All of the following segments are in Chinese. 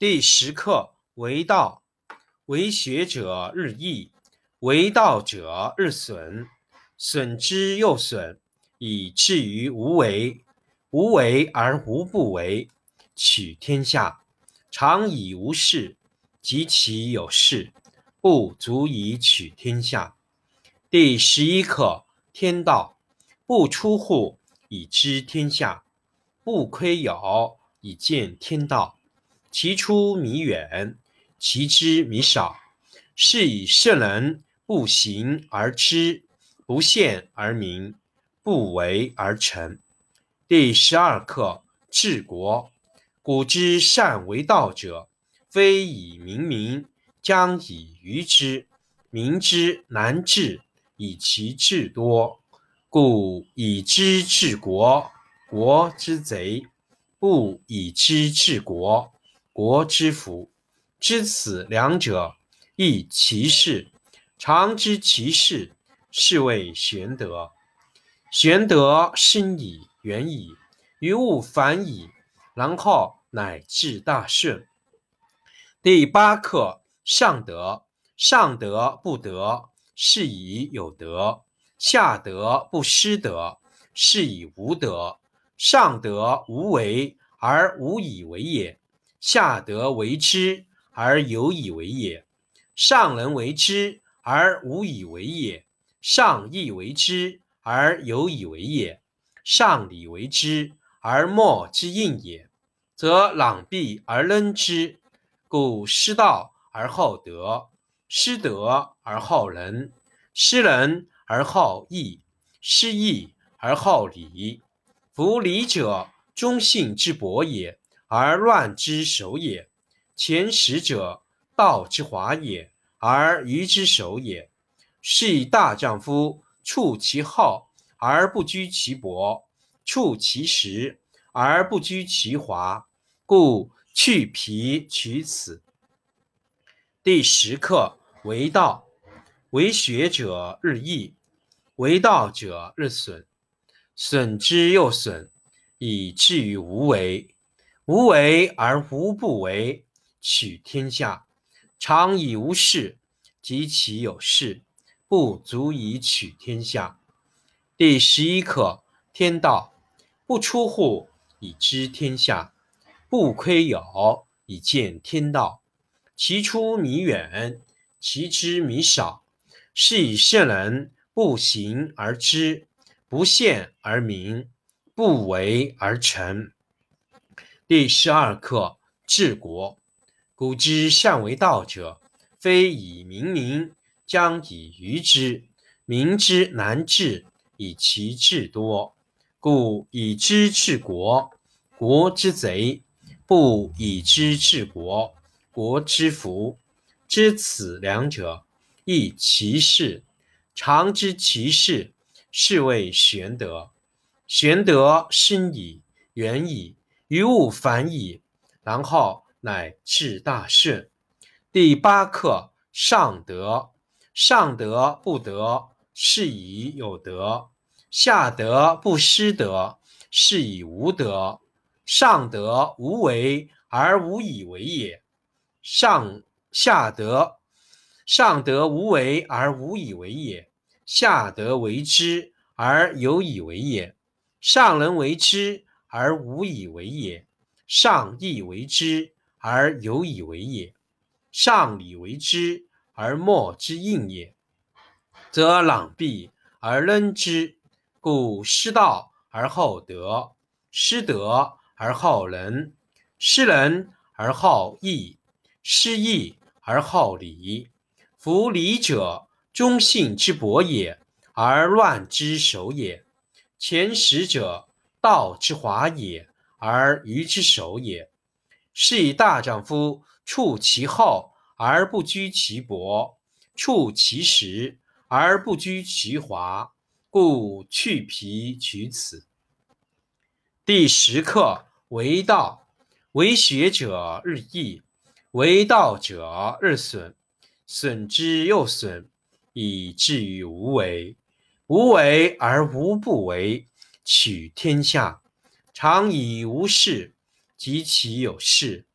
第10课为道，为学者日益，为道者日损，损之又损，以至于无为。无为而无不为，取天下常以无事，及其有事，不足以取天下。第11课天道，不出户，以知天下；不窥牖，以见天道。其出弥远，其知弥少。是以圣人不行而知，不见而明，不为而成。第12课治国。古之善为道者，非以明民，将以愚之。民之难治，以其智多。故以知治国，国之贼；不以知治国，国之福。知此两者，亦其事。常知其事，是谓玄德。玄德深矣，远矣，于物反矣，然后乃至大顺。第8课上德。上德不德，是以有德；下德不失德，是以无德。上德无为而无以为也，下德为之而有以为也。上人为之而无以为也，上义为之而有以为也，上礼为之而莫之应也，则攘臂而扔之。故失道而后德，失德而后仁，失仁而后义，失义而后礼。夫礼者，忠信之薄也，而乱之首也。前识者，道之华也，而愚之首也。是以大丈夫处其厚而不居其薄，处其实而不居其华，故去皮取此。第10课为道。为学者日益，为道者日损，损之又损，以至于无为。无为而无不为，取天下常以无事，及其有事，不足以取天下。第11课天道。不出户，以知天下；不窥牖，以见天道。其出弥远，其知弥少。是以圣人不行而知，不见而明，不为而成。第12课治国。古之善为道者，非以明民，将以愚之。民之难治，以其智多。故以知治国，国之贼；不以知治国，国之福。知此两者，亦其事。常知其事，是谓玄德。玄德深矣，远矣，于物反矣，然后乃至大顺。第8课上德。上德不德，是以有德；下德不失德，是以无德。上德无为而无以为也，上德无为而无以为也，下德为之而有以为也。上人为之而无以为也，上义为之而有以为也，上礼为之而莫之应也，则攘臂而扔之。故失道而后德，失德而后仁，失仁而后义，失义而后礼。夫礼者，忠信之薄也，而乱之首也。前识者，道之华也，而愚之首也。是以大丈夫处其厚而不居其薄，处其实而不居其华，故去皮取此。第10课为道。为学者日益，为道者日损，损之又损，以至于无为。无为而无不为，取天下常以无事，及其有事，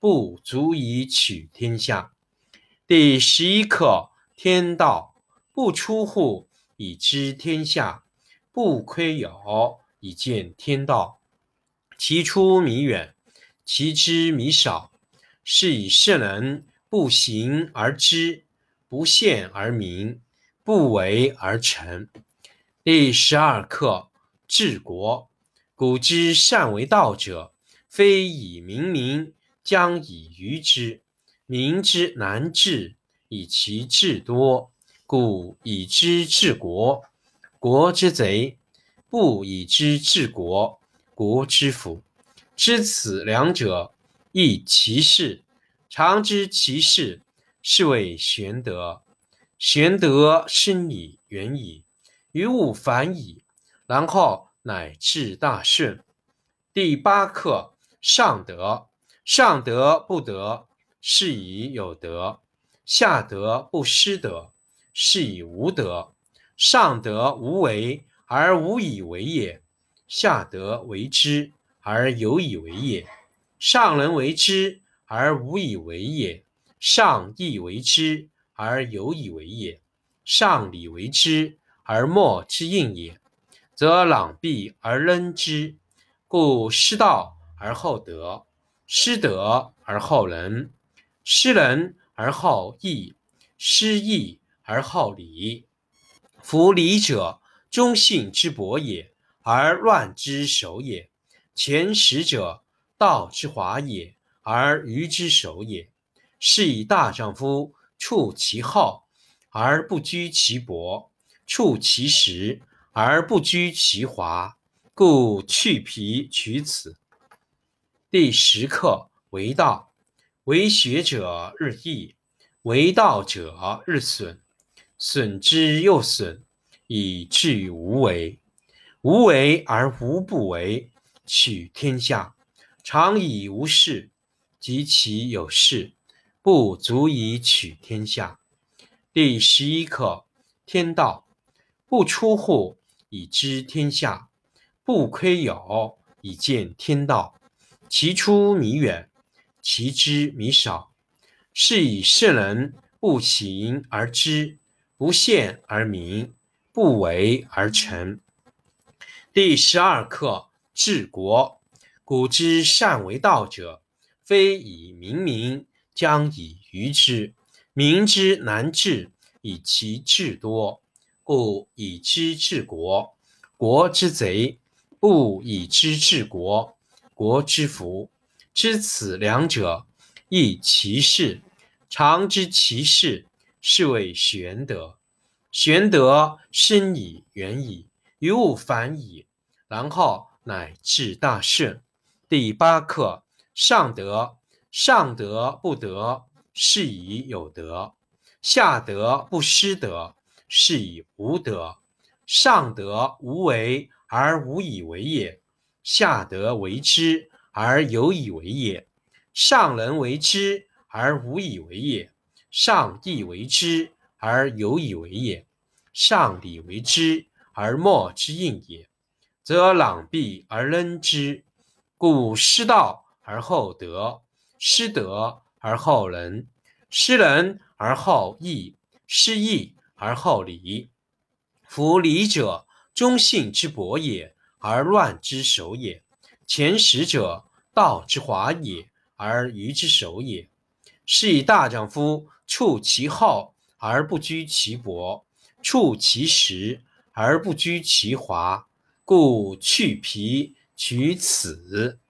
不足以取天下。第11课：天道，不出户，以知天下；不窥牖，以见天道。其出弥远，其知弥少。是以圣人不行而知，不见而明，不为而成。第12课：治国。古之善为道者，非以明民，将以愚之。民之难治，以其智多，故以知治国。国之贼，不以知治国，国之福。知此两者，亦其事。常知其事，是谓玄德。玄德深矣，远矣，于物反矣，然后乃至大顺。第8课：上德。上德不德，是以有德；下德不失德，是以无德。上德无为而无以为也，下德为之而有以为也。上人为之而无以为也，上义为之而有以为也，上礼为之而莫之应也，则攘臂而扔之。故失道而后德，失德而后仁，失仁而后义，失义而后礼。夫礼者，忠信之薄也，而乱之首也；前识者，道之华也，而愚之首也。是以大丈夫处其厚而不居其薄，处其实而不居其华，故去皮取此。第10课：为道。为学者日益，为道者日损，损之又损，以至于无为。无为而无不为，取天下常以无事，及其有事，不足以取天下。第11课：天道，不出户，以知天下；不窥牖，以见天道。其出弥远，其知弥少。是以圣人不行而知，不见而明，不为而成。第12课：治国。古之善为道者，非以明民，将以愚之。民之难治，以其智多，故以知治国。国之贼，不以知治国，国之福。知此两者，亦其事。常知其事，是谓玄德。玄德深矣，远矣，于物反矣，然后乃至大顺。第8课：上德。上德不德，是以有德；下德不失德，是以无德。上德无为而无以为也，下德为之而有以为也。上人为之而无以为也，上义为之而有以为也，上礼为之而莫之应也，则攘臂而扔之。故失道而后德，失德而后仁，失仁而后义，失义而后礼。夫礼者，忠信之薄也，而乱之首也；前识者，道之华也，而愚之首也。是以大丈夫处其厚而不居其薄，处其实而不居其华，故去皮取此。